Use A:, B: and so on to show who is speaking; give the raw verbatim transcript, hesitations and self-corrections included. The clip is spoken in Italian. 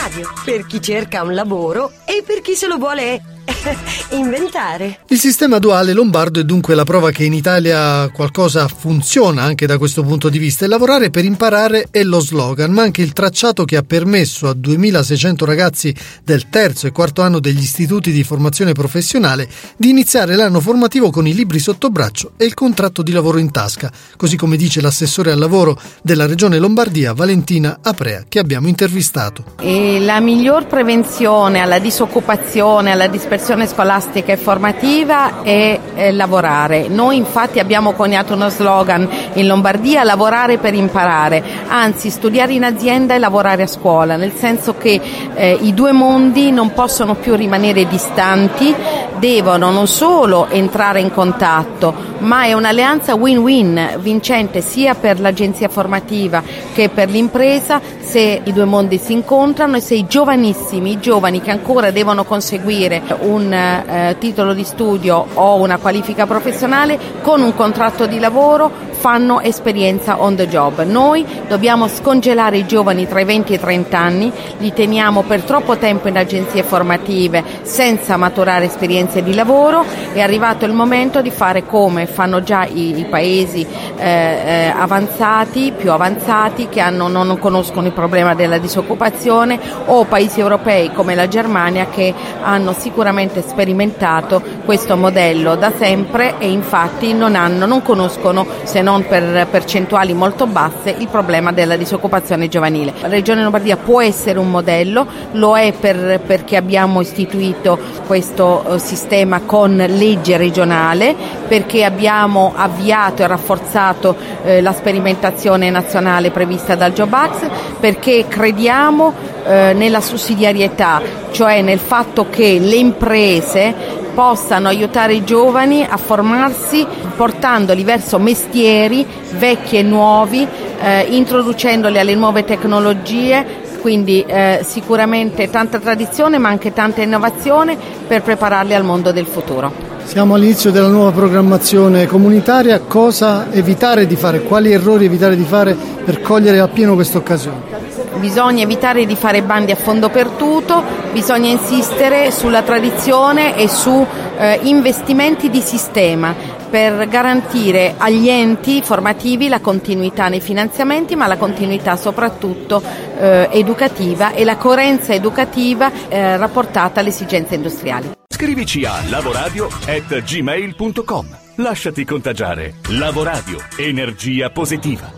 A: Radio, per chi cerca un lavoro e per chi se lo vuole inventare.
B: Il sistema duale lombardo è dunque la prova che in Italia qualcosa funziona anche da questo punto di vista, e lavorare per imparare è lo slogan, ma anche il tracciato che ha permesso a duemilaseicento ragazzi del terzo e quarto anno degli istituti di formazione professionale di iniziare l'anno formativo con i libri sotto braccio e il contratto di lavoro in tasca, così come dice l'assessore al lavoro della Regione Lombardia, Valentina Aprea, che abbiamo intervistato.
C: E la miglior prevenzione alla disoccupazione, alla dispersione scolastica e formativa è, è lavorare. Noi infatti abbiamo coniato uno slogan in Lombardia: lavorare per imparare, anzi studiare in azienda e lavorare a scuola, nel senso che eh, i due mondi non possono più rimanere distanti, devono non solo entrare in contatto, ma è un'alleanza win-win, vincente sia per l'agenzia formativa che per l'impresa, se i due mondi si incontrano e se i giovanissimi, i giovani che ancora devono conseguire un eh, titolo di studio o una qualifica professionale con un contratto di lavoro fanno esperienza on the job. Noi dobbiamo scongelare i giovani tra i venti e i trenta anni, li teniamo per troppo tempo in agenzie formative senza maturare esperienze di lavoro. È arrivato il momento di fare come fanno già i, i paesi eh, eh, avanzati, più avanzati, che hanno, non conoscono il problema della disoccupazione, o paesi europei come la Germania che hanno sicuramente sperimentato questo modello da sempre e infatti non hanno, non conoscono, se non per percentuali molto basse, il problema della disoccupazione giovanile. La Regione Lombardia può essere un modello, lo è per, perché abbiamo istituito questo uh, sistema con legge regionale, perché abbiamo avviato e rafforzato eh, la sperimentazione nazionale prevista dal Job Act, perché crediamo eh, nella sussidiarietà, cioè nel fatto che le imprese possano aiutare i giovani a formarsi portandoli verso mestieri vecchi e nuovi, eh, introducendoli alle nuove tecnologie, quindi eh, sicuramente tanta tradizione ma anche tanta innovazione per prepararli al mondo del futuro.
B: Siamo all'inizio della nuova programmazione comunitaria, cosa evitare di fare, quali errori evitare di fare per cogliere appieno questa occasione?
C: Bisogna evitare di fare bandi a fondo perduto, bisogna insistere sulla tradizione e su eh, investimenti di sistema per garantire agli enti formativi la continuità nei finanziamenti, ma la continuità soprattutto eh, educativa e la coerenza educativa eh, rapportata alle esigenze industriali.
D: Scrivici a lavoradio at gmail punto com. Lasciati contagiare. Lavoradio. Energia positiva.